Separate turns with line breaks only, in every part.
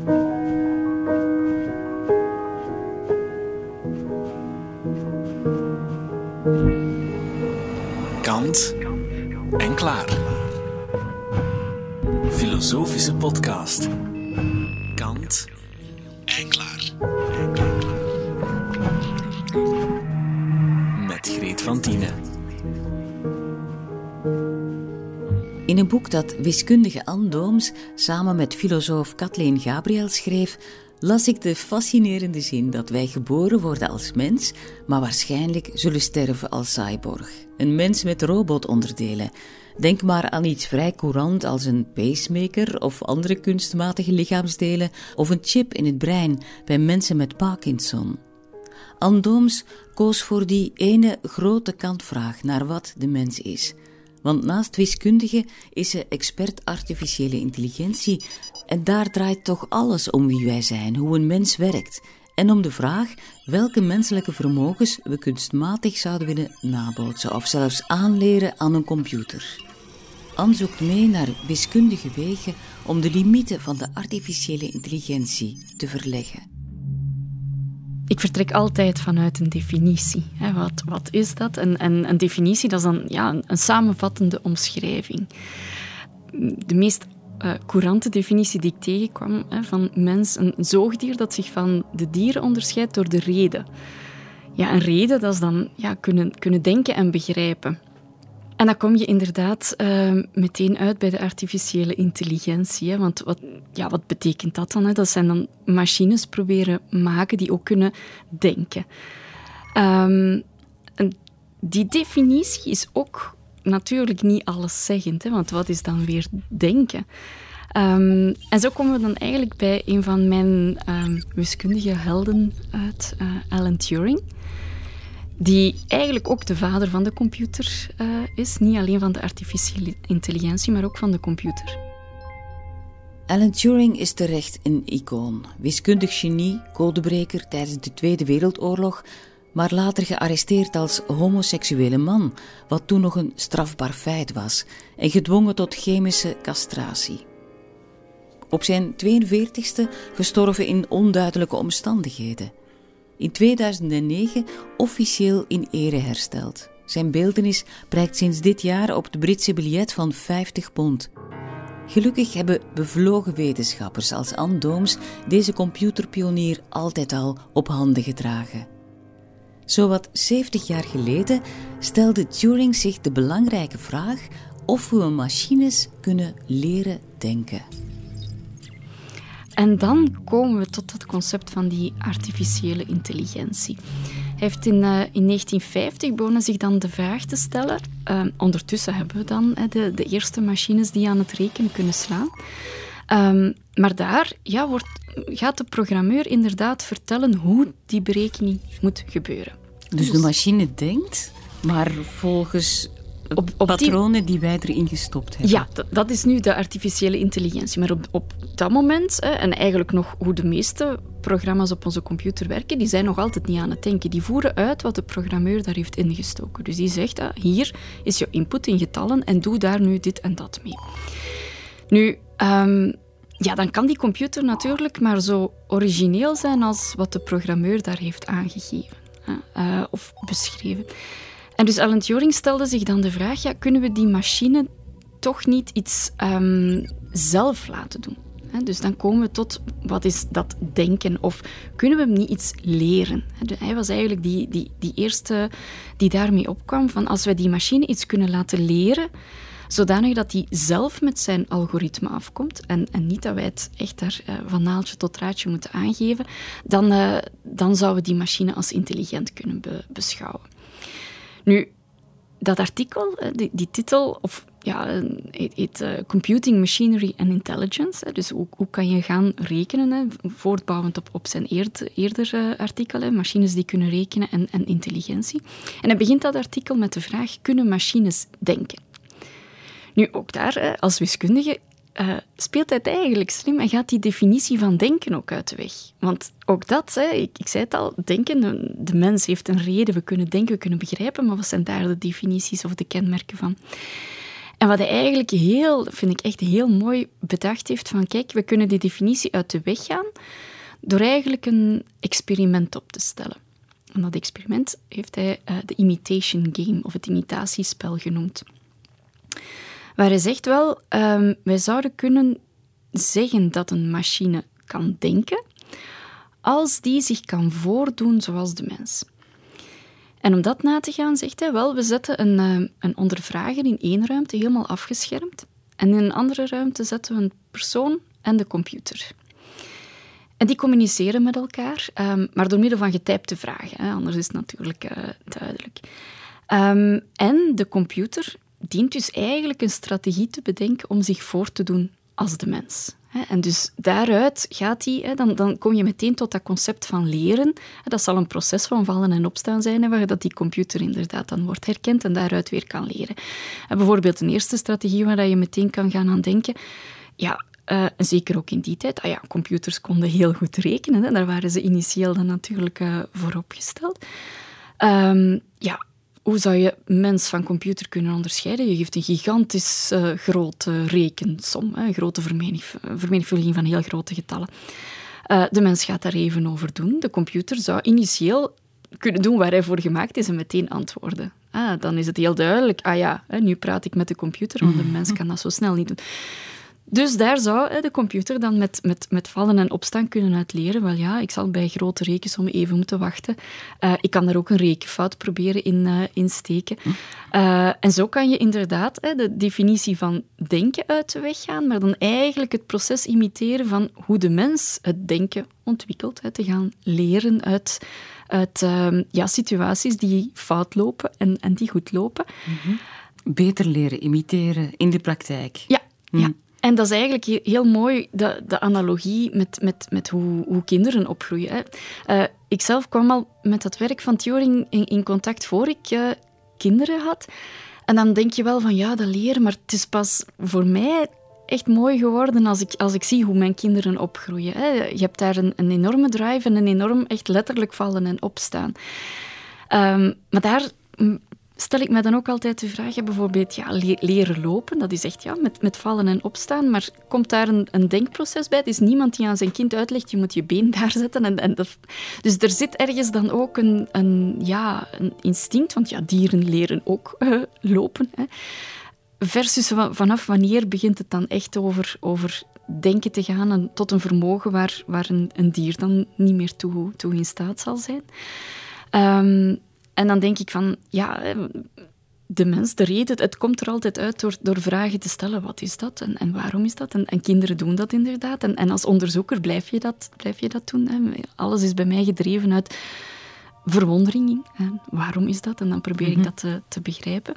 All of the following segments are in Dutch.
Kant en klaar. Filosofische podcast. Kant en klaar. Met Greet van Tienen.
In een boek dat wiskundige Anne Dooms samen met filosoof Kathleen Gabriel schreef, las ik de fascinerende zin dat wij geboren worden als mens, maar waarschijnlijk zullen sterven als cyborg. Een mens met robotonderdelen. Denk maar aan iets vrij courant als een pacemaker of andere kunstmatige lichaamsdelen of een chip in het brein bij mensen met Parkinson. Anne Dooms koos voor die ene grote kantvraag naar wat de mens is. Want naast wiskundige is ze expert artificiële intelligentie en daar draait toch alles om wie wij zijn, hoe een mens werkt en om de vraag welke menselijke vermogens we kunstmatig zouden willen nabootsen of zelfs aanleren aan een computer. Anne zoekt mee naar wiskundige wegen om de limieten van de artificiële intelligentie te verleggen.
Ik vertrek altijd vanuit een definitie. Wat is dat? En een definitie, dat is dan een samenvattende omschrijving. De meest courante definitie die ik tegenkwam van mens, een zoogdier dat zich van de dieren onderscheidt door de reden. Ja, een reden, dat is dan kunnen denken en begrijpen. En dan kom je inderdaad meteen uit bij de artificiële intelligentie. Hè? Want wat betekent dat dan? Hè? Dat zijn dan machines proberen maken die ook kunnen denken. En die definitie is ook natuurlijk niet alleszeggend. Hè? Want wat is dan weer denken? En zo komen we dan eigenlijk bij een van mijn wiskundige helden uit, Alan Turing. Die eigenlijk ook de vader van de computer is. Niet alleen van de artificiële intelligentie, maar ook van de computer.
Alan Turing is terecht een icoon. Wiskundig genie, codebreker tijdens de Tweede Wereldoorlog, maar later gearresteerd als homoseksuele man, wat toen nog een strafbaar feit was, en gedwongen tot chemische castratie. Op zijn 42e gestorven in onduidelijke omstandigheden. In 2009 officieel in ere hersteld. Zijn beeltenis prijkt sinds dit jaar op de Britse biljet van £50. Gelukkig hebben bevlogen wetenschappers als Anne Dooms deze computerpionier altijd al op handen gedragen. Zowat 70 jaar geleden stelde Turing zich de belangrijke vraag of we machines kunnen leren denken.
En dan komen we tot dat concept van die artificiële intelligentie. Hij heeft in 1950 begonnen zich dan de vraag te stellen. Ondertussen hebben we dan de eerste machines die aan het rekenen kunnen slaan. Maar daar gaat de programmeur inderdaad vertellen hoe die berekening moet gebeuren.
Dus de machine denkt, maar volgens op patronen die wij erin gestopt hebben.
Ja, dat is nu de artificiële intelligentie. Maar op dat moment, en eigenlijk nog hoe de meeste programma's op onze computer werken, die zijn nog altijd niet aan het denken. Die voeren uit wat de programmeur daar heeft ingestoken. Dus die zegt, hier is je input in getallen en doe daar nu dit en dat mee. Nu, dan kan die computer natuurlijk maar zo origineel zijn als wat de programmeur daar heeft aangegeven of beschreven. En dus Alan Turing stelde zich dan de vraag, kunnen we die machine toch niet iets zelf laten doen? Dus dan komen we tot, wat is dat denken? Of kunnen we hem niet iets leren? Hij was eigenlijk die eerste die daarmee opkwam, van als wij die machine iets kunnen laten leren, zodanig dat hij zelf met zijn algoritme afkomt, en niet dat wij het echt daar van naaldje tot draadje moeten aangeven, dan zouden we die machine als intelligent kunnen beschouwen. Nu, dat artikel, die titel, heet Computing Machinery and Intelligence. Dus hoe kan je gaan rekenen, voortbouwend op zijn eerder artikel, machines die kunnen rekenen en intelligentie. En hij begint dat artikel met de vraag, kunnen machines denken? Nu, ook daar, als wiskundige, speelt hij het eigenlijk slim en gaat die definitie van denken ook uit de weg. Want ook dat, ik zei het al, denken, de mens heeft een reden, we kunnen denken, we kunnen begrijpen, maar wat zijn daar de definities of de kenmerken van? En wat hij eigenlijk vind ik echt heel mooi bedacht heeft van, kijk, we kunnen die definitie uit de weg gaan door eigenlijk een experiment op te stellen. En dat experiment heeft hij de imitation game, of het imitatiespel genoemd. Waar hij zegt wel, wij zouden kunnen zeggen dat een machine kan denken, als die zich kan voordoen zoals de mens. En om dat na te gaan, zegt hij wel, we zetten een ondervrager in één ruimte, helemaal afgeschermd. En in een andere ruimte zetten we een persoon en de computer. En die communiceren met elkaar, maar door middel van getypte vragen. Hè, anders is het natuurlijk duidelijk. En de computer dient dus eigenlijk een strategie te bedenken om zich voor te doen als de mens. En dus daaruit gaat dan kom je meteen tot dat concept van leren. Dat zal een proces van vallen en opstaan zijn, waar dat die computer inderdaad dan wordt herkend en daaruit weer kan leren. Bijvoorbeeld een eerste strategie waar je meteen kan gaan aan denken. Ja, zeker ook in die tijd. Computers konden heel goed rekenen. Hè. Daar waren ze initieel dan natuurlijk voor opgesteld. Hoe zou je mens van computer kunnen onderscheiden? Je geeft een gigantisch grote rekensom, een grote vermenigvuldiging van heel grote getallen. De mens gaat daar even over doen. De computer zou initieel kunnen doen waar hij voor gemaakt is en meteen antwoorden. Dan is het heel duidelijk. Nu praat ik met de computer, want de mens kan dat zo snel niet doen. Dus daar zou de computer dan met vallen en opstaan kunnen uitleren. Wel ja, ik zal bij grote rekensommen even moeten wachten. Ik kan daar ook een rekenfout proberen in steken. En zo kan je inderdaad de definitie van denken uit de weg gaan, maar dan eigenlijk het proces imiteren van hoe de mens het denken ontwikkelt. Te gaan leren uit situaties die fout lopen en die goed lopen.
Mm-hmm. Beter leren imiteren in de praktijk.
Ja. En dat is eigenlijk heel mooi, de analogie met hoe kinderen opgroeien. Ik zelf kwam al met dat werk van Turing in contact voor ik kinderen had. En dan denk je wel van, dat leren, maar het is pas voor mij echt mooi geworden als ik zie hoe mijn kinderen opgroeien. Je hebt daar een enorme drive en een enorm echt letterlijk vallen en opstaan. Maar daar stel ik me dan ook altijd de vraag, bijvoorbeeld leren lopen, dat is echt met vallen en opstaan, maar komt daar een denkproces bij? Het is niemand die aan zijn kind uitlegt, je moet je been daar zetten. Dus er zit ergens dan ook een instinct, want dieren leren ook lopen. Versus vanaf wanneer begint het dan echt over denken te gaan en tot een vermogen waar een dier dan niet meer toe in staat zal zijn. En dan denk ik van, de mens, de reden, het komt er altijd uit door vragen te stellen. Wat is dat en waarom is dat? En kinderen doen dat inderdaad. En als onderzoeker blijf je dat doen. Hè. Alles is bij mij gedreven uit verwondering. Waarom is dat? En dan probeer ik dat te begrijpen.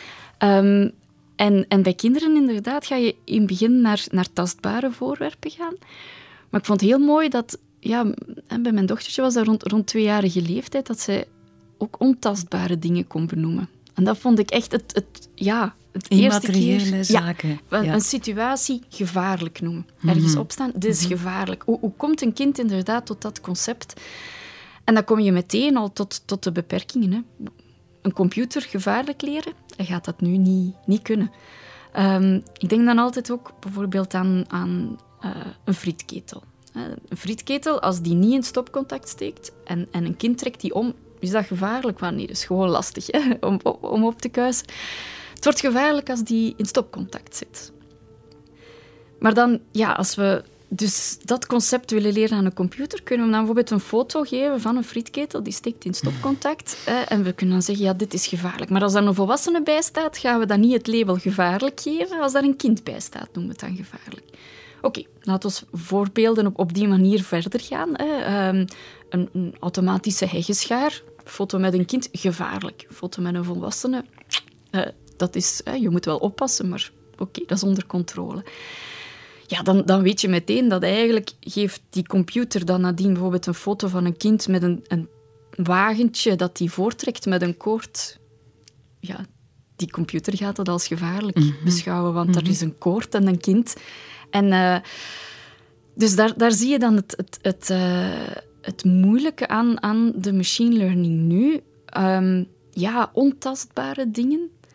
En bij kinderen inderdaad ga je in het begin naar tastbare voorwerpen gaan. Maar ik vond het heel mooi dat, bij mijn dochtertje was dat rond 2-jarige leeftijd, dat zij ook ontastbare dingen kon benoemen. En dat vond ik echt het eerste keer...
zaken.
Een situatie gevaarlijk noemen. Ergens opstaan, dit is gevaarlijk. Hoe komt een kind inderdaad tot dat concept? En dan kom je meteen al tot de beperkingen. Hè. Een computer gevaarlijk leren, hij gaat dat nu niet kunnen. Ik denk dan altijd ook bijvoorbeeld aan een frietketel. Een frietketel, als die niet in stopcontact steekt en een kind trekt die om, is dat gevaarlijk? Maar nee, dat is gewoon lastig om op te kuisen. Het wordt gevaarlijk als die in stopcontact zit. Maar dan, als we dus dat concept willen leren aan een computer, kunnen we dan bijvoorbeeld een foto geven van een frietketel die steekt in stopcontact. En we kunnen dan zeggen, dit is gevaarlijk. Maar als daar een volwassene bij staat, gaan we dan niet het label gevaarlijk geven. Als daar een kind bij staat, noemen we het dan gevaarlijk. Oké, laten we voorbeelden op die manier verder gaan. Een automatische heggenschaar, foto met een kind, gevaarlijk. Foto met een volwassene, dat is, je moet wel oppassen, maar oké, dat is onder controle. Ja, dan weet je meteen dat eigenlijk geeft die computer dan nadien bijvoorbeeld een foto van een kind met een wagentje dat die voortrekt met een koord. Ja, die computer gaat dat als gevaarlijk beschouwen, want er is een koord en een kind. En dus daar zie je dan het moeilijke aan de machine learning nu. Ontastbare dingen.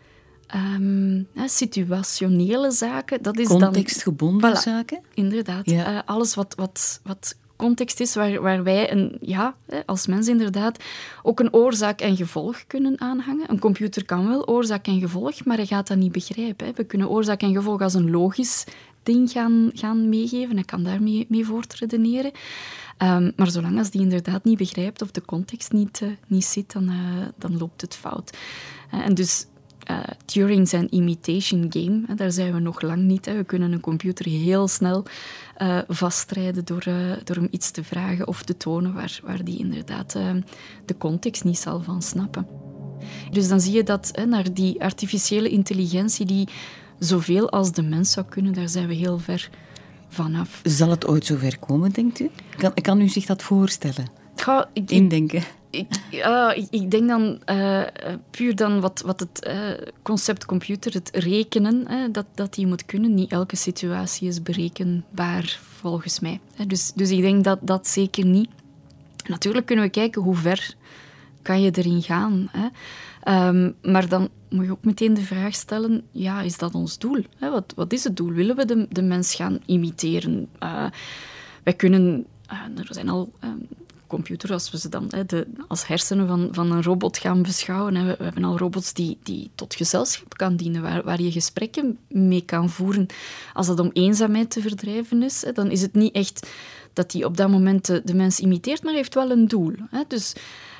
situationele zaken. Dat is
contextgebonden zaken?
Inderdaad. Ja. Alles wat context is, waar wij als mens inderdaad ook een oorzaak en gevolg kunnen aanhangen. Een computer kan wel oorzaak en gevolg, maar hij gaat dat niet begrijpen. Hè. We kunnen oorzaak en gevolg als een logisch ding gaan meegeven. Hij kan daarmee voortredeneren. Maar zolang als die inderdaad niet begrijpt of de context niet zit, dan loopt het fout. En dus Turing zijn imitation game, daar zijn we nog lang niet. We kunnen een computer heel snel vastrijden door hem iets te vragen of te tonen waar die inderdaad de context niet zal van snappen. Dus dan zie je dat naar die artificiële intelligentie die zoveel als de mens zou kunnen, daar zijn we heel ver vanaf.
Zal het ooit zover komen, denkt u? Kan u zich dat voorstellen? Indenken?
Ik denk dan puur dan wat het concept computer, het rekenen, dat die moet kunnen. Niet elke situatie is berekenbaar, volgens mij. Dus ik denk dat zeker niet. Natuurlijk kunnen we kijken hoe ver kan je erin gaan. Maar dan moet je ook meteen de vraag stellen, is dat ons doel? Wat is het doel? Willen we de mens gaan imiteren? Wij kunnen... er zijn al... computer, als we ze dan als hersenen van een robot gaan beschouwen. We hebben al robots die tot gezelschap kan dienen, waar je gesprekken mee kan voeren. Als dat om eenzaamheid te verdrijven is, dan is het niet echt dat die op dat moment de mens imiteert, maar heeft wel een doel. Dus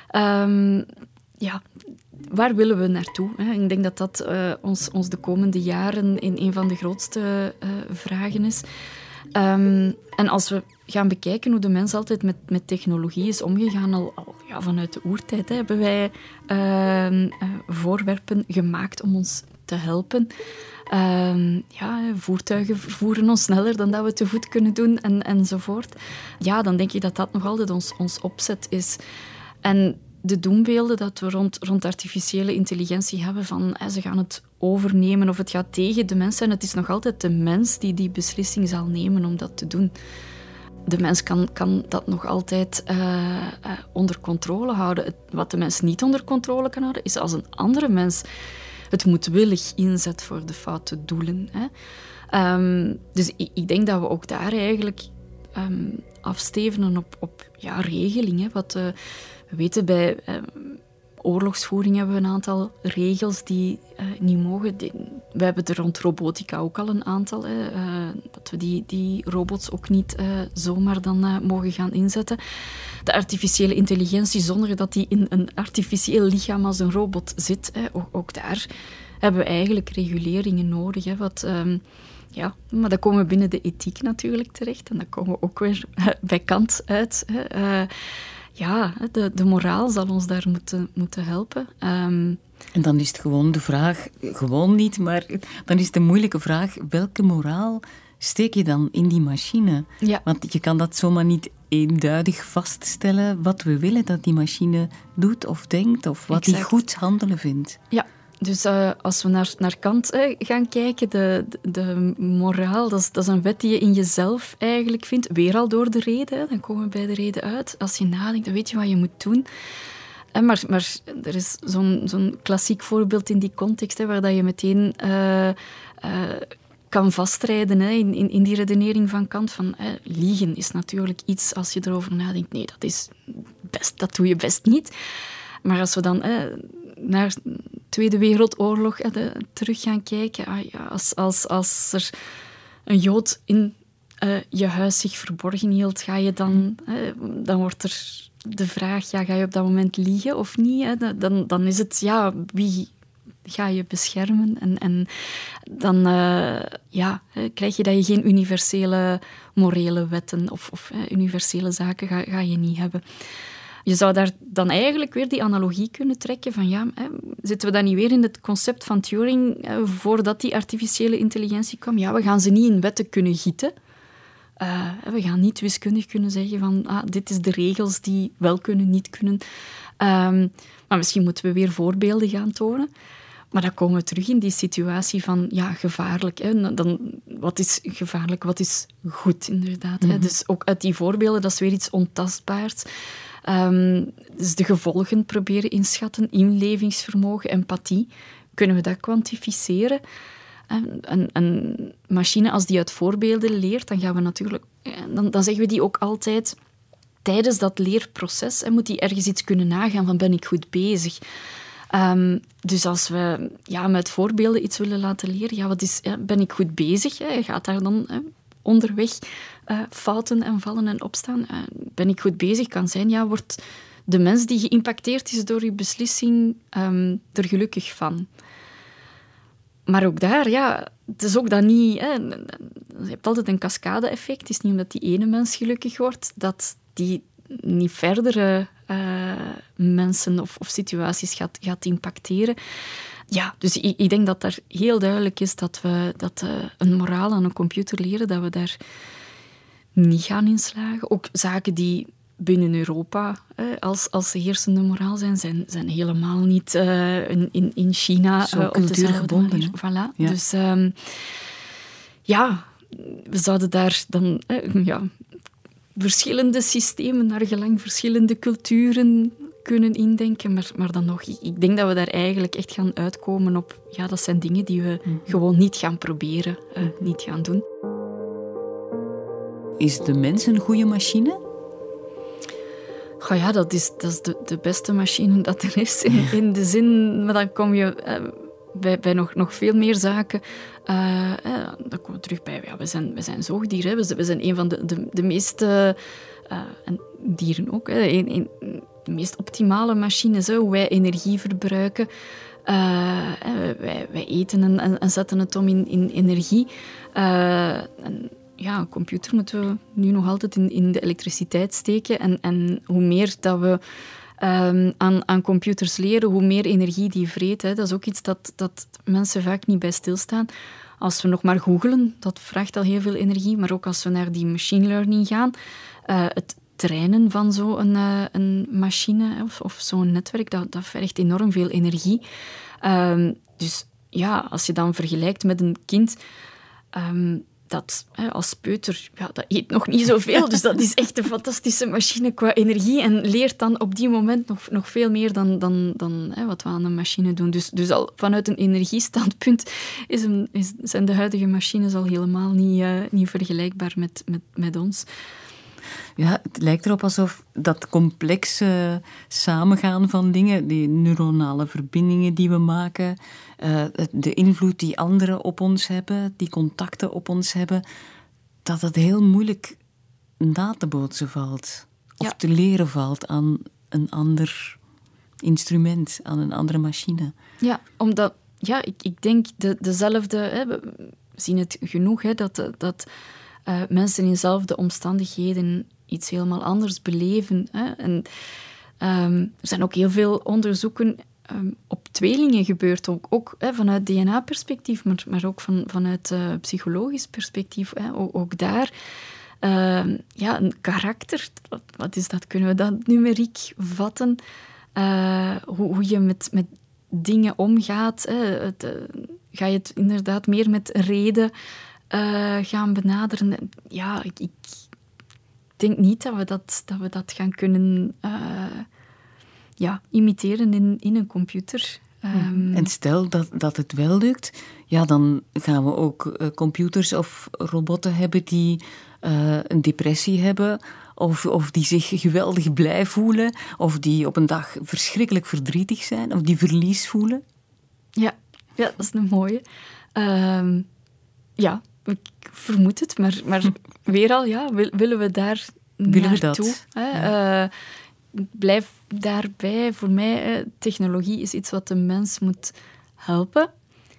waar willen we naartoe? Ik denk dat ons de komende jaren een van de grootste vragen is. En als we gaan bekijken hoe de mens altijd met technologie is omgegaan, al vanuit de oertijd, hebben wij voorwerpen gemaakt om ons te helpen. Voertuigen vervoeren ons sneller dan dat we te voet kunnen doen enzovoort. Ja, dan denk ik dat nog altijd ons opzet is. En de doembeelden dat we rond artificiële intelligentie hebben van ze gaan het overnemen of het gaat tegen de mens zijn, het is nog altijd de mens die beslissing zal nemen om dat te doen. De mens kan dat nog altijd onder controle houden. Wat de mens niet onder controle kan houden, is als een andere mens het moedwillig inzet voor de foute doelen. Dus ik denk dat we ook daar eigenlijk afstevenen op regeling. We weten bij oorlogsvoering hebben we een aantal regels die niet mogen. We hebben er rond robotica ook al een aantal. Dat we die robots ook niet zomaar dan mogen gaan inzetten. De artificiële intelligentie, zonder dat die in een artificieel lichaam als een robot zit. Ook daar hebben we eigenlijk reguleringen nodig. Maar dan komen we binnen de ethiek natuurlijk terecht. En dan komen we ook weer bij Kant uit. De moraal zal ons daar moeten helpen.
En dan is het gewoon de vraag, gewoon niet, maar dan is het een moeilijke vraag, welke moraal steek je dan in die machine? Ja. Want je kan dat zomaar niet eenduidig vaststellen wat we willen dat die machine doet of denkt, of wat die goed handelen vindt.
Ja. Dus als we naar Kant gaan kijken, de moraal, dat is een wet die je in jezelf eigenlijk vindt. Weer al door de reden, dan komen we bij de reden uit. Als je nadenkt, dan weet je wat je moet doen. Maar er is zo'n klassiek voorbeeld in die context, waar dat je meteen kan vastrijden in die redenering van Kant. Van, liegen is natuurlijk iets, als je erover nadenkt, nee, dat doe je best niet. Maar als we dan naar de Tweede Wereldoorlog terug gaan kijken, als er een Jood in je huis zich verborgen hield, ga je dan wordt er de vraag, ga je op dat moment liegen of niet? Dan is het, wie ga je beschermen? En dan krijg je dat je geen universele morele wetten of universele zaken ga je niet hebben. Je zou daar dan eigenlijk weer die analogie kunnen trekken van zitten we dan niet weer in het concept van Turing voordat die artificiële intelligentie kwam? Ja, we gaan ze niet in wetten kunnen gieten. We gaan niet wiskundig kunnen zeggen van dit is de regels die wel kunnen, niet kunnen. Maar misschien moeten we weer voorbeelden gaan tonen. Maar dan komen we terug in die situatie van gevaarlijk. Wat is gevaarlijk, wat is goed inderdaad. Mm-hmm. Dus ook uit die voorbeelden, dat is weer iets ontastbaars. Dus de gevolgen proberen inschatten, inlevingsvermogen, empathie kunnen we dat kwantificeren? Een machine, als die uit voorbeelden leert, dan gaan we natuurlijk... Dan zeggen we die ook altijd... Tijdens dat leerproces moet die ergens iets kunnen nagaan van ben ik goed bezig. Dus als we met voorbeelden iets willen laten leren, ben ik goed bezig? Je gaat daar dan onderweg fouten en vallen en opstaan. Ben ik goed bezig? Kan zijn, wordt de mens die geïmpacteerd is door je beslissing er gelukkig van. Maar ook daar, het is ook dat niet... je hebt altijd een cascade-effect. Het is niet omdat die ene mens gelukkig wordt, dat die niet verdere mensen of situaties gaat impacteren. Ja, dus ik denk dat daar heel duidelijk is dat een moraal aan een computer leren, dat we daar niet gaan in slagen. Ook zaken die binnen Europa als heersende moraal zijn helemaal niet in China
zo
op dezelfde manier.
Voilà.
Ja. Dus we zouden daar dan verschillende systemen naar gelang verschillende culturen kunnen indenken, maar dan nog, ik denk dat we daar eigenlijk echt gaan uitkomen op, dat zijn dingen die we gewoon niet gaan proberen, niet gaan doen.
Is de mens een goede machine?
Dat is de beste machine dat er is, in de zin, maar dan kom je bij nog veel meer zaken. Dan komen we terug bij, we zijn zoogdieren. We zijn een van de meeste, en dieren ook, de meest optimale machines, hoe wij energie verbruiken. Wij eten en zetten het om in energie. Een computer moeten we nu nog altijd in de elektriciteit steken. En hoe meer dat we aan computers leren, hoe meer energie die vreet. Dat is ook iets dat mensen vaak niet bij stilstaan. Als we nog maar googlen, dat vraagt al heel veel energie. Maar ook als we naar die machine learning gaan, het trainen van zo'n machine of zo'n netwerk, dat vergt enorm veel energie. Dus als je dan vergelijkt met een kind... dat als peuter, dat eet nog niet zoveel, dus dat is echt een fantastische machine qua energie en leert dan op die moment nog veel meer dan wat we aan een machine doen. Dus al vanuit een energiestandpunt zijn de huidige machines al helemaal niet vergelijkbaar met ons.
Ja, het lijkt erop alsof dat complexe samengaan van dingen, die neuronale verbindingen die we maken, de invloed die anderen op ons hebben, die contacten op ons hebben, dat het heel moeilijk na te bootsen valt. Of te leren valt aan een ander instrument, aan een andere machine. Ja,
omdat ik denk dezelfde... we zien het genoeg, dat mensen in dezelfde omstandigheden iets helemaal anders beleven. En er zijn ook heel veel onderzoeken op tweelingen gebeurd, ook vanuit DNA-perspectief, maar ook vanuit psychologisch perspectief. Ook daar, een karakter, wat is dat? Kunnen we dat numeriek vatten? Hoe je met dingen omgaat. Ga je het inderdaad meer met reden gaan benaderen? Ja, ik denk niet dat we dat gaan kunnen imiteren in een computer.
En stel dat het wel lukt, dan gaan we ook computers of robotten hebben die een depressie hebben, of die zich geweldig blij voelen, of die op een dag verschrikkelijk verdrietig zijn, of die verlies voelen.
Ja, dat is een mooie. Ik vermoed het, maar weer al, willen we daar naartoe? Blijf daarbij. Voor mij, technologie is iets wat de mens moet helpen.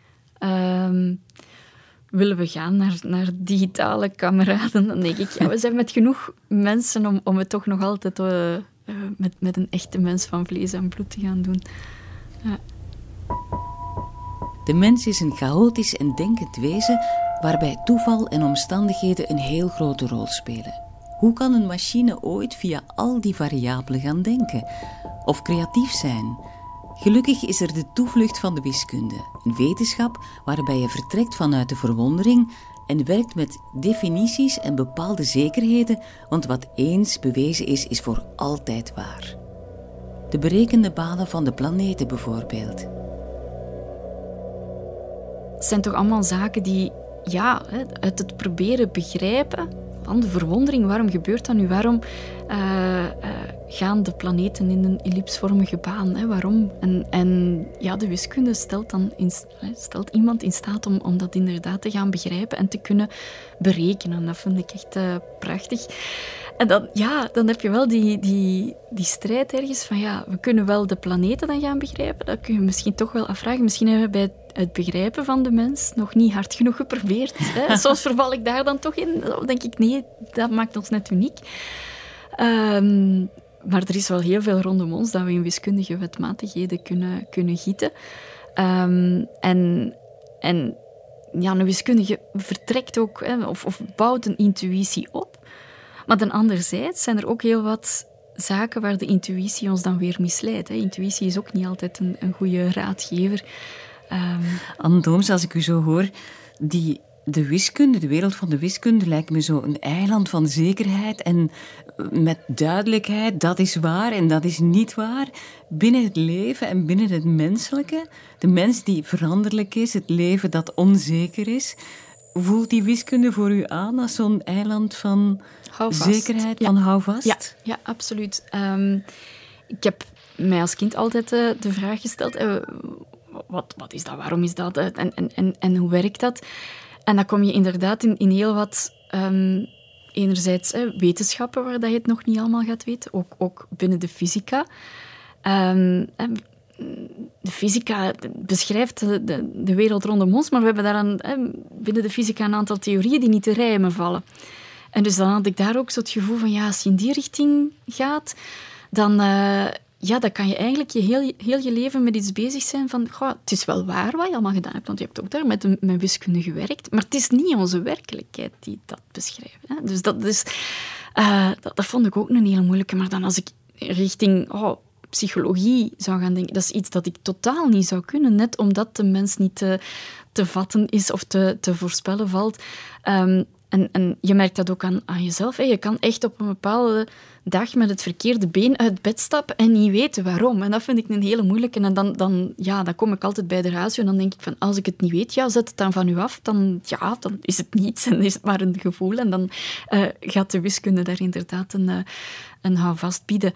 Willen we gaan naar digitale kameraden, dan denk ik, we zijn met genoeg mensen om het toch nog altijd met een echte mens van vlees en bloed te gaan doen. Ja.
De mens is een chaotisch en denkend wezen waarbij toeval en omstandigheden een heel grote rol spelen. Hoe kan een machine ooit via al die variabelen gaan denken? Of creatief zijn? Gelukkig is er de toevlucht van de wiskunde, een wetenschap waarbij je vertrekt vanuit de verwondering en werkt met definities en bepaalde zekerheden, want wat eens bewezen is voor altijd waar. De berekende banen van de planeten bijvoorbeeld.
zijn toch allemaal zaken die, uit het proberen begrijpen van de verwondering, waarom gebeurt dat nu? Waarom gaan de planeten in een ellipsvormige baan? Hè? Waarom? En de wiskunde stelt iemand in staat om dat inderdaad te gaan begrijpen en te kunnen berekenen. Dat vind ik echt prachtig. En dan heb je wel die strijd ergens van, we kunnen wel de planeten dan gaan begrijpen. Dat kun je misschien toch wel afvragen. Misschien hebben we bij het begrijpen van de mens nog niet hard genoeg geprobeerd. Hè? Soms verval ik daar dan toch in. Dan denk ik, nee, dat maakt ons net uniek. Maar er is wel heel veel rondom ons dat we in wiskundige wetmatigheden kunnen gieten. En een wiskundige vertrekt ook, of bouwt een intuïtie op. Maar dan anderzijds zijn er ook heel wat zaken waar de intuïtie ons dan weer misleidt. Hè. Intuïtie is ook niet altijd een goede raadgever.
Anne Dooms, als ik u zo hoor, de wiskunde, de wereld van de wiskunde lijkt me zo een eiland van zekerheid en met duidelijkheid, dat is waar en dat is niet waar. Binnen het leven en binnen het menselijke, de mens die veranderlijk is, het leven dat onzeker is. Voelt die wiskunde voor u aan als zo'n eiland van zekerheid, van houvast?
Ja, absoluut. Ik heb mij als kind altijd de vraag gesteld, wat is dat, waarom is dat en hoe werkt dat? En dan kom je inderdaad in heel wat, enerzijds wetenschappen waar dat je het nog niet allemaal gaat weten, ook binnen de fysica. De fysica beschrijft de wereld rondom ons, maar we hebben daaraan binnen de fysica een aantal theorieën die niet te rijmen vallen. En dus dan had ik daar ook zo het gevoel van, als je in die richting gaat, dan kan je eigenlijk heel je leven met iets bezig zijn van, het is wel waar wat je allemaal gedaan hebt, want je hebt ook daar met wiskunde gewerkt, maar het is niet onze werkelijkheid die dat beschrijft. Hè. Dus dat vond ik ook een hele moeilijke. Maar dan als ik richting psychologie zou gaan denken, dat is iets dat ik totaal niet zou kunnen, net omdat de mens niet te vatten is of te voorspellen valt. En je merkt dat ook aan jezelf. Hè. Je kan echt op een bepaalde dag met het verkeerde been uit bed stappen en niet weten waarom. En dat vind ik een hele moeilijke. En dan kom ik altijd bij de ratio en dan denk ik van, als ik het niet weet, zet het dan van u af. Dan is het niets en is het maar een gevoel. En dan gaat de wiskunde daar inderdaad een houvast bieden.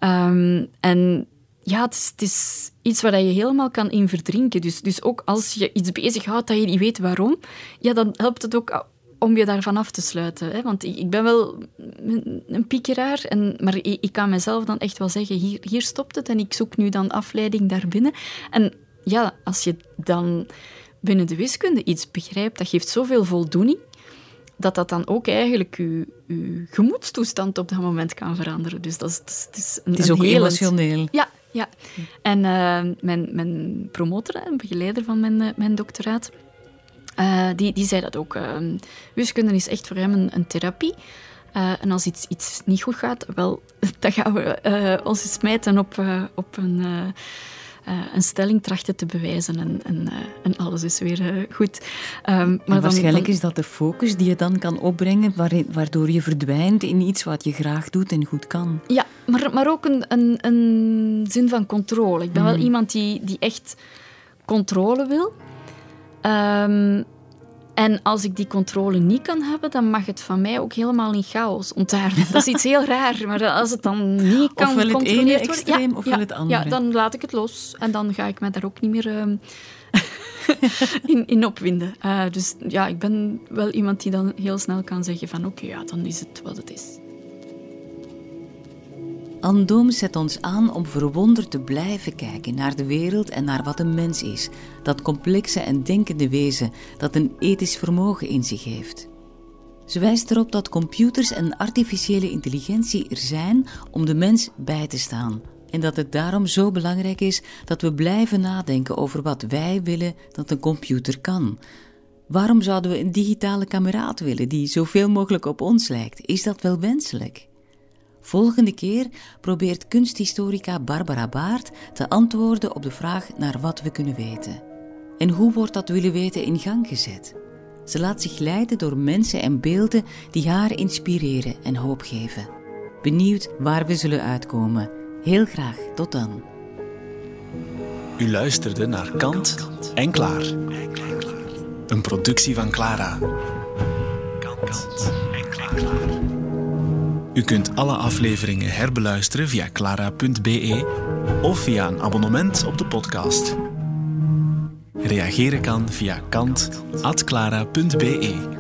Het is iets waar je helemaal kan in verdrinken. Dus ook als je iets bezighoudt dat je niet weet waarom, dan helpt het ook om je daarvan af te sluiten. Hè? Want ik ben wel een piekeraar, maar ik kan mezelf dan echt wel zeggen, hier stopt het en ik zoek nu dan afleiding daarbinnen. En als je dan binnen de wiskunde iets begrijpt, dat geeft zoveel voldoening, dat dan ook eigenlijk je gemoedstoestand op dat moment kan veranderen. Dus het is
ook emotioneel.
Ja. En mijn promotor, een begeleider van mijn doctoraat, die zei dat ook. Wiskunde is echt voor hem een therapie. En als iets niet goed gaat, dan gaan we ons smijten op een stelling trachten te bewijzen en alles is weer goed. Maar
waarschijnlijk is dat de focus die je dan kan opbrengen, waardoor je verdwijnt in iets wat je graag doet en goed kan.
Ja, maar ook een zin van controle. Ik ben wel iemand die echt controle wil. En als ik die controle niet kan hebben, dan mag het van mij ook helemaal in chaos ontaarden. Dat is iets heel raar, maar als het dan niet kan
ofwel
gecontroleerd worden...
Ofwel het ene extreem, ofwel het andere.
Ja, dan laat ik het los. En dan ga ik mij daar ook niet meer in opwinden. Dus ik ben wel iemand die dan heel snel kan zeggen van oké, dan is het wat het is.
Anne Dooms zet ons aan om verwonderd te blijven kijken naar de wereld en naar wat een mens is. Dat complexe en denkende wezen dat een ethisch vermogen in zich heeft. Ze wijst erop dat computers en artificiële intelligentie er zijn om de mens bij te staan. En dat het daarom zo belangrijk is dat we blijven nadenken over wat wij willen dat een computer kan. Waarom zouden we een digitale kameraad willen die zoveel mogelijk op ons lijkt? Is dat wel wenselijk? Volgende keer probeert kunsthistorica Barbara Baart te antwoorden op de vraag naar wat we kunnen weten. En hoe wordt dat willen weten in gang gezet? Ze laat zich leiden door mensen en beelden die haar inspireren en hoop geven. Benieuwd waar we zullen uitkomen. Heel graag, tot dan.
U luisterde naar Kant en Klaar. Een productie van Clara. Kant en klaar. U kunt alle afleveringen herbeluisteren via clara.be of via een abonnement op de podcast. Reageren kan via kant@clara.be.